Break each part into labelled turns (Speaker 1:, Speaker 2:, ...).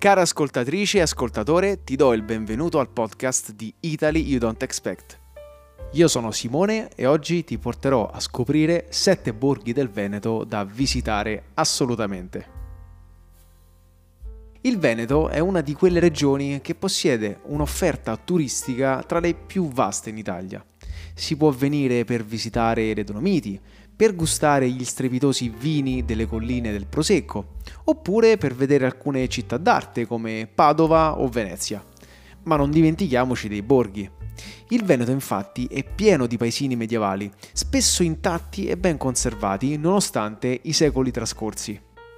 Speaker 1: Cara ascoltatrice e ascoltatore, ti do il benvenuto al podcast di Italy You Don't Expect. Io sono Simone e oggi ti porterò a scoprire 7 borghi del Veneto da visitare assolutamente. Il Veneto è una di quelle regioni che possiede un'offerta turistica tra le più vaste in Italia. Si può venire per visitare le Dolomiti, per gustare gli strepitosi vini delle colline del Prosecco, oppure per vedere alcune città d'arte come Padova o Venezia. Ma non dimentichiamoci dei borghi. Il Veneto infatti è pieno di paesini medievali, spesso intatti e ben conservati nonostante i secoli trascorsi.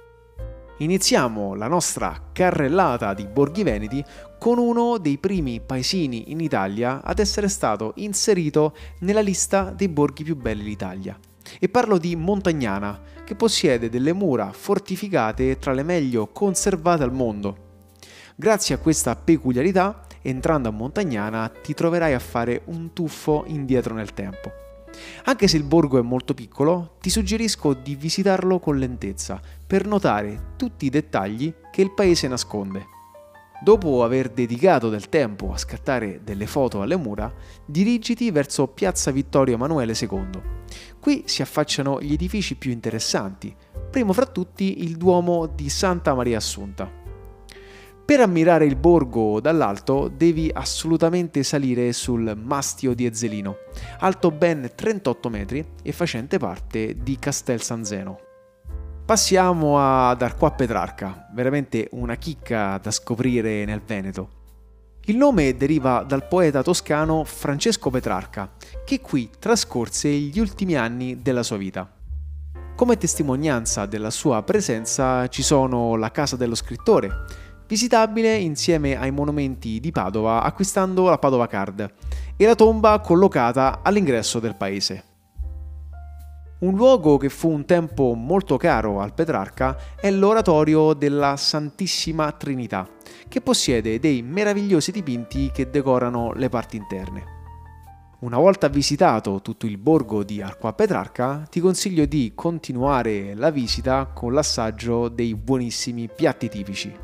Speaker 1: Iniziamo la nostra carrellata di borghi veneti con uno dei primi paesini in Italia ad essere stato inserito nella lista dei borghi più belli d'Italia. E parlo di Montagnana, che possiede delle mura fortificate tra le meglio conservate al mondo. Grazie a questa peculiarità, entrando a Montagnana ti troverai a fare un tuffo indietro nel tempo. Anche se il borgo è molto piccolo, ti suggerisco di visitarlo con lentezza per notare tutti i dettagli che il paese nasconde. Dopo aver dedicato del tempo a scattare delle foto alle mura, dirigiti verso Piazza Vittorio Emanuele II. Qui si affacciano gli edifici più interessanti, primo fra tutti il Duomo di Santa Maria Assunta. Per ammirare il borgo dall'alto devi assolutamente salire sul Mastio di Ezzelino, alto ben 38 metri e facente parte di Castel San Zeno. Passiamo ad Arquà Petrarca, veramente una chicca da scoprire nel Veneto. Il nome deriva dal poeta toscano Francesco Petrarca, che qui trascorse gli ultimi anni della sua vita. Come testimonianza della sua presenza ci sono la casa dello scrittore, visitabile insieme ai monumenti di Padova acquistando la Padova Card, e la tomba collocata all'ingresso del paese. Un luogo che fu un tempo molto caro al Petrarca è l'oratorio della Santissima Trinità, che possiede dei meravigliosi dipinti che decorano le parti interne. Una volta visitato tutto il borgo di Arquà Petrarca, ti consiglio di continuare la visita con l'assaggio dei buonissimi piatti tipici.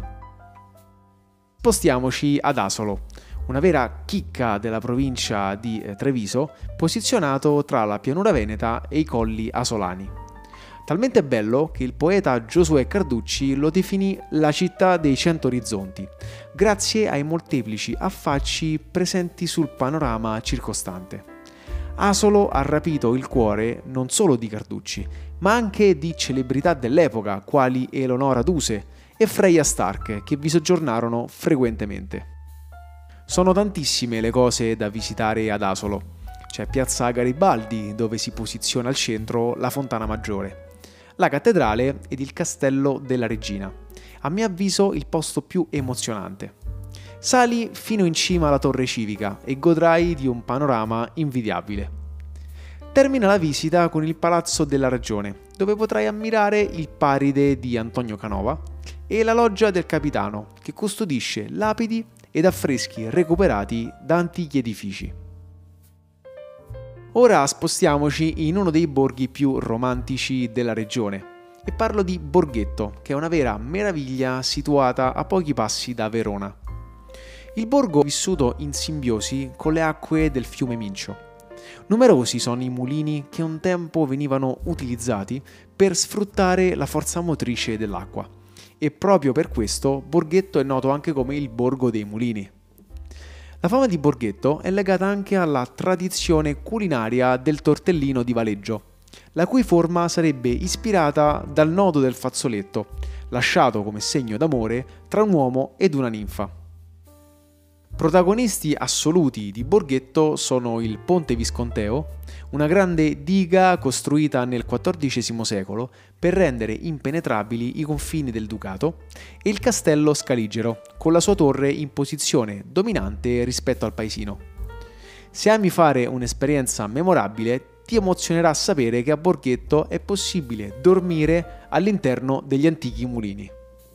Speaker 1: Spostiamoci ad Asolo, una vera chicca della provincia di Treviso, posizionato tra la pianura veneta e i colli asolani. Talmente bello che il poeta Giosuè Carducci lo definì la città dei 100 orizzonti, grazie ai molteplici affacci presenti sul panorama circostante. Asolo ha rapito il cuore non solo di Carducci, ma anche di celebrità dell'epoca quali Eleonora Duse e Freya Stark, che vi soggiornarono frequentemente. Sono tantissime le cose da visitare ad Asolo. C'è Piazza Garibaldi, dove si posiziona al centro la Fontana Maggiore, la cattedrale ed il Castello della Regina. A mio avviso il posto più emozionante. Sali fino in cima alla Torre Civica e godrai di un panorama invidiabile. Termina la visita con il Palazzo della Ragione, dove potrai ammirare il Paride di Antonio Canova e la Loggia del Capitano, che custodisce lapidi ed affreschi recuperati da antichi edifici. Ora spostiamoci in uno dei borghi più romantici della regione e parlo di Borghetto, che è una vera meraviglia situata a pochi passi da Verona. Il borgo è vissuto in simbiosi con le acque del fiume Mincio. Numerosi sono i mulini che un tempo venivano utilizzati per sfruttare la forza motrice dell'acqua. E proprio per questo Borghetto è noto anche come il Borgo dei Mulini. La fama di Borghetto è legata anche alla tradizione culinaria del tortellino di Valeggio, la cui forma sarebbe ispirata dal nodo del fazzoletto, lasciato come segno d'amore tra un uomo ed una ninfa. Protagonisti assoluti di Borghetto sono il Ponte Visconteo, una grande diga costruita nel XIV secolo per rendere impenetrabili i confini del ducato, e il Castello Scaligero, con la sua torre in posizione dominante rispetto al paesino. Se ami fare un'esperienza memorabile, ti emozionerà sapere che a Borghetto è possibile dormire all'interno degli antichi mulini.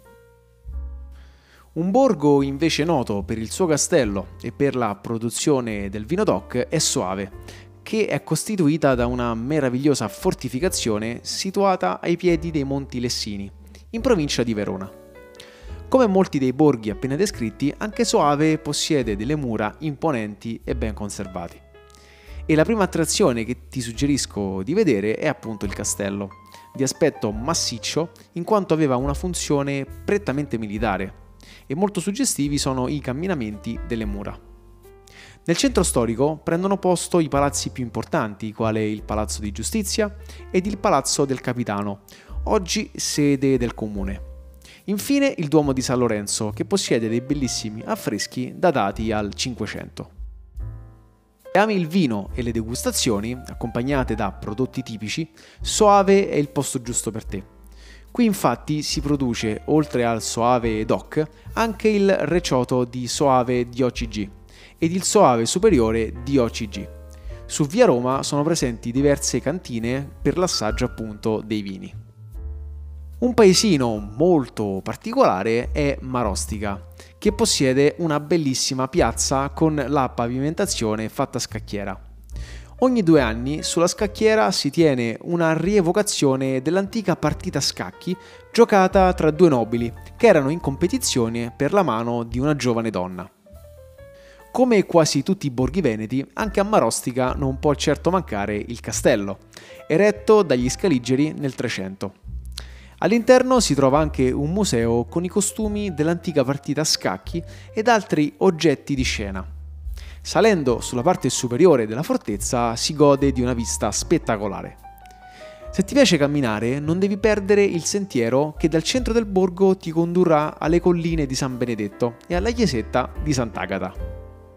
Speaker 1: Un borgo invece noto per il suo castello e per la produzione del vino DOC è Soave, che è costituita da una meravigliosa fortificazione situata ai piedi dei Monti Lessini, in provincia di Verona. Come molti dei borghi appena descritti, anche Soave possiede delle mura imponenti e ben conservati. E la prima attrazione che ti suggerisco di vedere è appunto il castello, di aspetto massiccio in quanto aveva una funzione prettamente militare, e molto suggestivi sono i camminamenti delle mura. Nel centro storico prendono posto i palazzi più importanti, quale il Palazzo di Giustizia ed il Palazzo del Capitano, oggi sede del comune. Infine il Duomo di San Lorenzo, che possiede dei bellissimi affreschi datati al Cinquecento. Se ami il vino e le degustazioni, accompagnate da prodotti tipici, Soave è il posto giusto per te. Qui infatti si produce, oltre al Soave DOC, anche il Recioto di Soave DOCG ed il Soave Superiore DOCG. Su via Roma sono presenti diverse cantine per l'assaggio appunto dei vini. Un paesino molto particolare è Marostica, che possiede una bellissima piazza con la pavimentazione fatta a scacchiera. Ogni 2 anni sulla scacchiera si tiene una rievocazione dell'antica partita a scacchi giocata tra 2 nobili che erano in competizione per la mano di una giovane donna. Come quasi tutti i borghi veneti, anche a Marostica non può certo mancare il castello, eretto dagli Scaligeri nel 300. All'interno si trova anche un museo con i costumi dell'antica partita a scacchi ed altri oggetti di scena. Salendo sulla parte superiore della fortezza si gode di una vista spettacolare. Se ti piace camminare, non devi perdere il sentiero che dal centro del borgo ti condurrà alle colline di San Benedetto e alla chiesetta di Sant'Agata.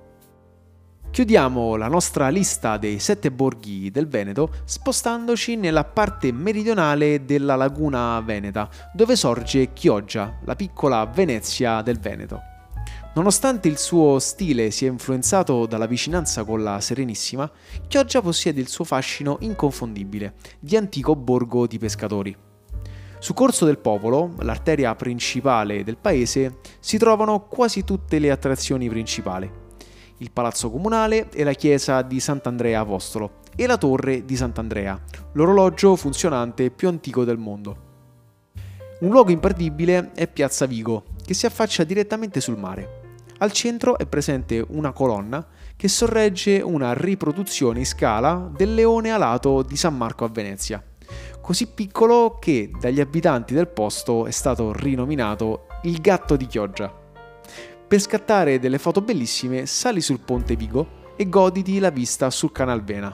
Speaker 1: Chiudiamo la nostra lista dei 7 borghi del Veneto spostandoci nella parte meridionale della laguna veneta, dove sorge Chioggia, la piccola Venezia del Veneto. Nonostante il suo stile sia influenzato dalla vicinanza con la Serenissima, Chioggia possiede il suo fascino inconfondibile, di antico borgo di pescatori. Su Corso del Popolo, l'arteria principale del paese, si trovano quasi tutte le attrazioni principali. Il Palazzo Comunale e la chiesa di Sant'Andrea Apostolo e la torre di Sant'Andrea, l'orologio funzionante più antico del mondo. Un luogo imperdibile è Piazza Vigo, che si affaccia direttamente sul mare. Al centro è presente una colonna che sorregge una riproduzione in scala del leone alato di San Marco a Venezia, così piccolo che dagli abitanti del posto è stato rinominato il gatto di Chioggia. Per scattare delle foto bellissime sali sul ponte Vigo e goditi la vista sul Canal Vena.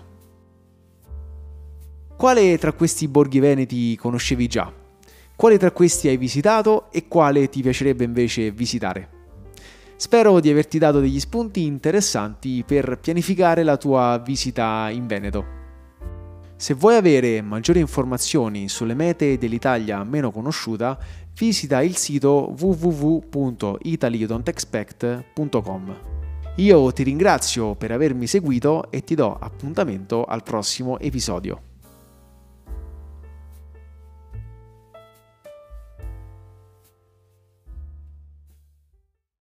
Speaker 1: Quale tra questi borghi veneti conoscevi già? Quale tra questi hai visitato e quale ti piacerebbe invece visitare? Spero di averti dato degli spunti interessanti per pianificare la tua visita in Veneto. Se vuoi avere maggiori informazioni sulle mete dell'Italia meno conosciuta, visita il sito www.italyoudontexpect.com. Io ti ringrazio per avermi seguito e ti do appuntamento al prossimo episodio.